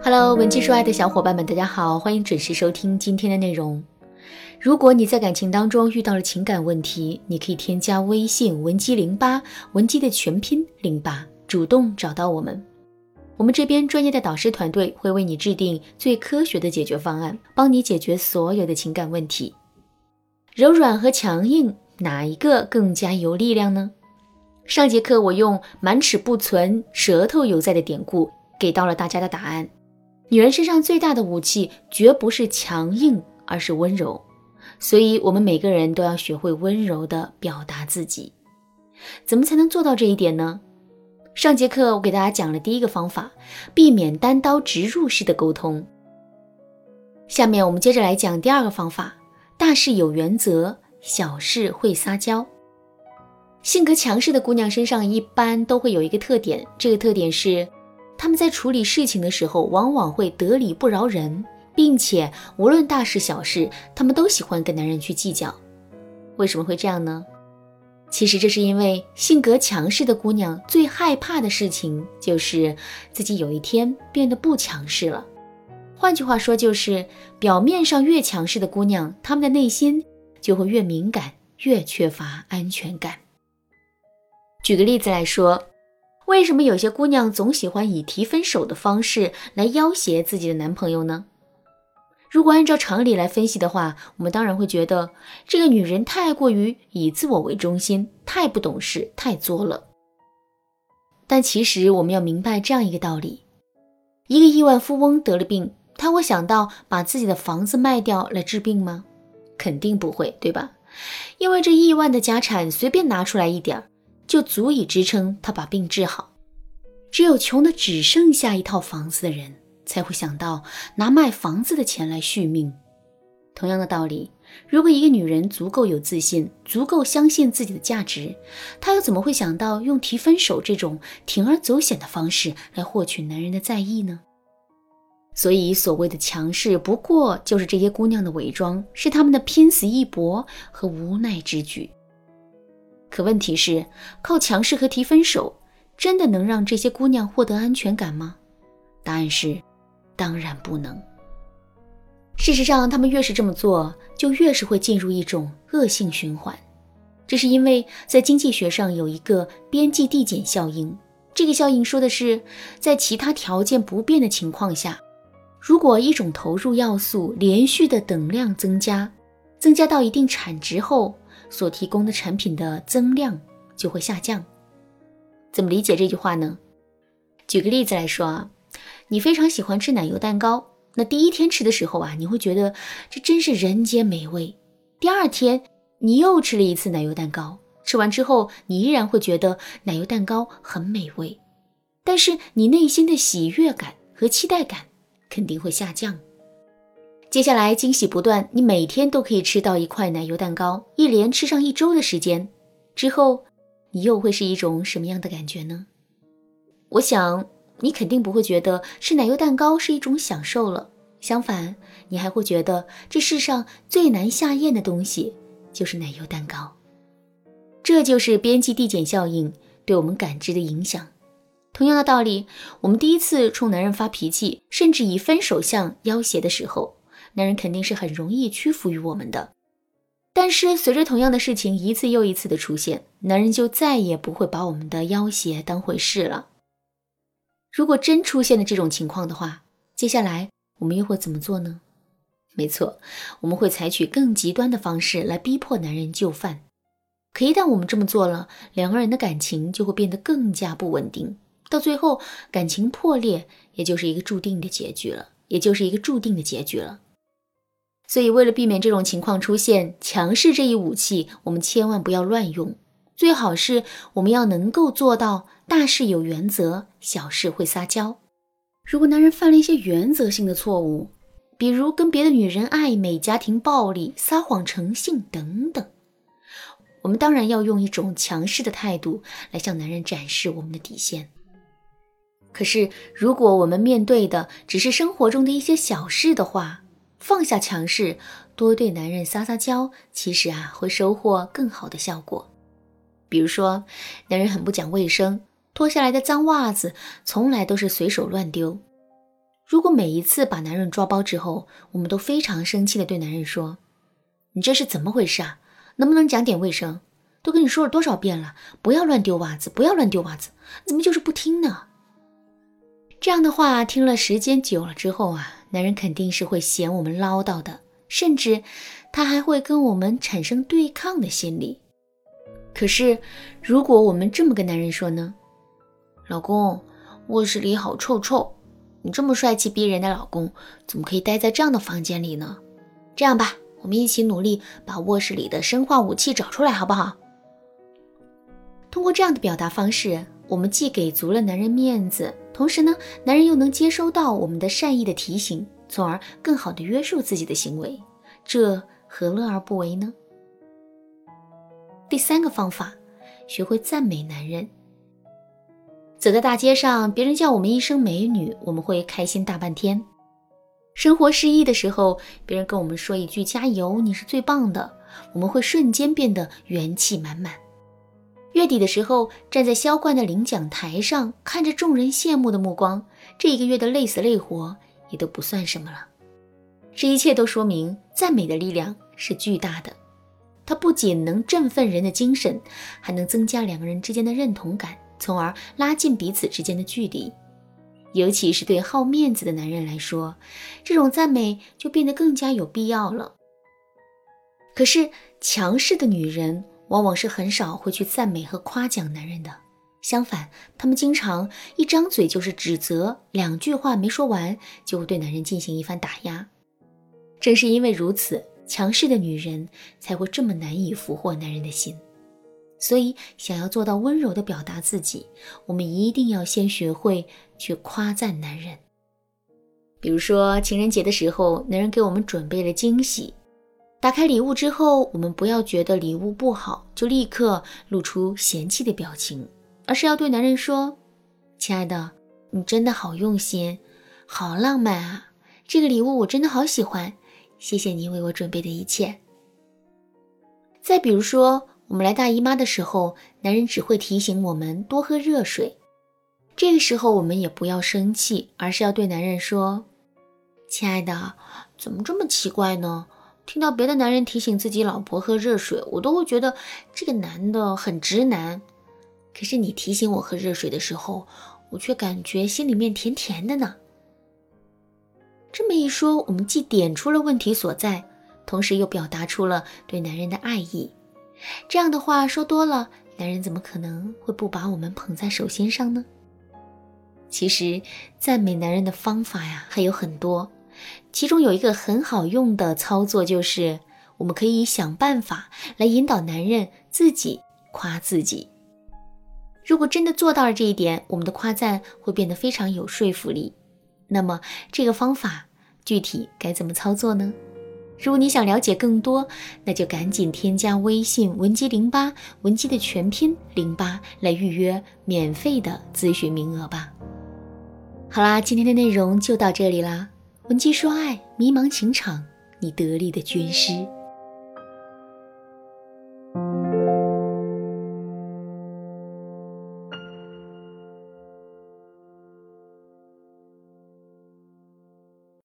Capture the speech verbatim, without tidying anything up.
Hello， 文姬说爱的小伙伴们，大家好，欢迎准时收听今天的内容。如果你在感情当中遇到了情感问题，你可以添加微信文姬零八，文姬的全拼零八，主动找到我们。我们这边专业的导师团队会为你制定最科学的解决方案，帮你解决所有的情感问题。柔软和强硬，哪一个更加有力量呢？上节课我用满齿不存，舌头犹在的典故给到了大家的答案。女人身上最大的武器绝不是强硬，而是温柔。所以我们每个人都要学会温柔地表达自己。怎么才能做到这一点呢？上节课我给大家讲了第一个方法，避免单刀直入式的沟通。下面我们接着来讲第二个方法，大事有原则，小事会撒娇。性格强势的姑娘身上一般都会有一个特点，这个特点是他们在处理事情的时候往往会得理不饶人，并且无论大事小事，他们都喜欢跟男人去计较。为什么会这样呢？其实这是因为性格强势的姑娘最害怕的事情就是自己有一天变得不强势了。换句话说，就是表面上越强势的姑娘，她们的内心就会越敏感，越缺乏安全感。举个例子来说，为什么有些姑娘总喜欢以提分手的方式来要挟自己的男朋友呢？如果按照常理来分析的话，我们当然会觉得这个女人太过于以自我为中心，太不懂事，太作了。但其实我们要明白这样一个道理，一个亿万富翁得了病，他会想到把自己的房子卖掉来治病吗？肯定不会，对吧？因为这亿万的家产随便拿出来一点，就足以支撑他把病治好。只有穷的只剩下一套房子的人，才会想到拿卖房子的钱来续命。同样的道理，如果一个女人足够有自信，足够相信自己的价值，她又怎么会想到用提分手这种铤而走险的方式来获取男人的在意呢？所以所谓的强势，不过就是这些姑娘的伪装，是她们的拼死一搏和无奈之举。可问题是，靠强势和提分手真的能让这些姑娘获得安全感吗？答案是当然不能。事实上，她们越是这么做，就越是会进入一种恶性循环。这是因为在经济学上有一个边际递减效应，这个效应说的是，在其他条件不变的情况下，如果一种投入要素连续的等量增加，增加到一定产值后，所提供的产品的增量就会下降。怎么理解这句话呢？举个例子来说啊，你非常喜欢吃奶油蛋糕，那第一天吃的时候啊，你会觉得这真是人间美味。第二天你又吃了一次奶油蛋糕，吃完之后你依然会觉得奶油蛋糕很美味，但是你内心的喜悦感和期待感肯定会下降。接下来惊喜不断，你每天都可以吃到一块奶油蛋糕，一连吃上一周的时间之后，你又会是一种什么样的感觉呢？我想你肯定不会觉得吃奶油蛋糕是一种享受了，相反，你还会觉得这世上最难下咽的东西就是奶油蛋糕。这就是边际递减效应对我们感知的影响。同样的道理，我们第一次冲男人发脾气，甚至以分手相要挟的时候，男人肯定是很容易屈服于我们的。但是随着同样的事情一次又一次的出现，男人就再也不会把我们的要挟当回事了。如果真出现了这种情况的话，接下来我们又会怎么做呢？没错，我们会采取更极端的方式来逼迫男人就范。可一旦我们这么做了，两个人的感情就会变得更加不稳定，到最后感情破裂，也就是一个注定的结局了，也就是一个注定的结局了。所以为了避免这种情况出现，强势这一武器我们千万不要乱用，最好是我们要能够做到大事有原则，小事会撒娇。如果男人犯了一些原则性的错误，比如跟别的女人暧昧、家庭暴力、撒谎成性等等，我们当然要用一种强势的态度来向男人展示我们的底线。可是如果我们面对的只是生活中的一些小事的话，放下强势，多对男人撒撒娇，其实啊会收获更好的效果。比如说，男人很不讲卫生，脱下来的脏袜子从来都是随手乱丢。 如果每一次把男人抓包之后，我们都非常生气地对男人说，你这是怎么回事啊？能不能讲点卫生？都跟你说了多少遍了，不要乱丢袜子，不要乱丢袜子，怎么就是不听呢？这样的话听了时间久了之后啊，男人肯定是会嫌我们唠叨的，甚至他还会跟我们产生对抗的心理。可是如果我们这么跟男人说呢，老公，卧室里好臭臭，你这么帅气逼人的老公，怎么可以待在这样的房间里呢？这样吧，我们一起努力把卧室里的生化武器找出来好不好？通过这样的表达方式，我们既给足了男人面子，同时呢，男人又能接收到我们的善意的提醒，从而更好地约束自己的行为，这何乐而不为呢？第三个方法，学会赞美男人。走在大街上，别人叫我们一声美女，我们会开心大半天。生活失意的时候，别人跟我们说一句加油，你是最棒的，我们会瞬间变得元气满满。月底的时候，站在销冠的领奖台上，看着众人羡慕的目光，这一个月的累死累活也都不算什么了。这一切都说明赞美的力量是巨大的，它不仅能振奋人的精神，还能增加两个人之间的认同感，从而拉近彼此之间的距离。尤其是对好面子的男人来说，这种赞美就变得更加有必要了。可是强势的女人往往是很少会去赞美和夸奖男人的，相反，她们经常一张嘴就是指责，两句话没说完就会对男人进行一番打压。正是因为如此，强势的女人才会这么难以俘获男人的心。所以想要做到温柔地表达自己，我们一定要先学会去夸赞男人。比如说情人节的时候，男人给我们准备了惊喜，打开礼物之后，我们不要觉得礼物不好就立刻露出嫌弃的表情，而是要对男人说，亲爱的，你真的好用心，好浪漫啊，这个礼物我真的好喜欢，谢谢你为我准备的一切。再比如说我们来大姨妈的时候，男人只会提醒我们多喝热水，这个时候我们也不要生气，而是要对男人说，亲爱的，怎么这么奇怪呢？听到别的男人提醒自己老婆喝热水，我都会觉得这个男的很直男，可是你提醒我喝热水的时候，我却感觉心里面甜甜的呢。这么一说，我们既点出了问题所在，同时又表达出了对男人的爱意。这样的话说多了，男人怎么可能会不把我们捧在手心上呢？其实赞美男人的方法呀还有很多，其中有一个很好用的操作，就是我们可以想办法来引导男人自己夸自己。如果真的做到了这一点，我们的夸赞会变得非常有说服力。那么这个方法具体该怎么操作呢？如果你想了解更多，那就赶紧添加微信文姬零八，文姬的全拼零八，来预约免费的咨询名额吧。好啦，今天的内容就到这里啦。文姬说爱，迷茫情场，你得力的军师。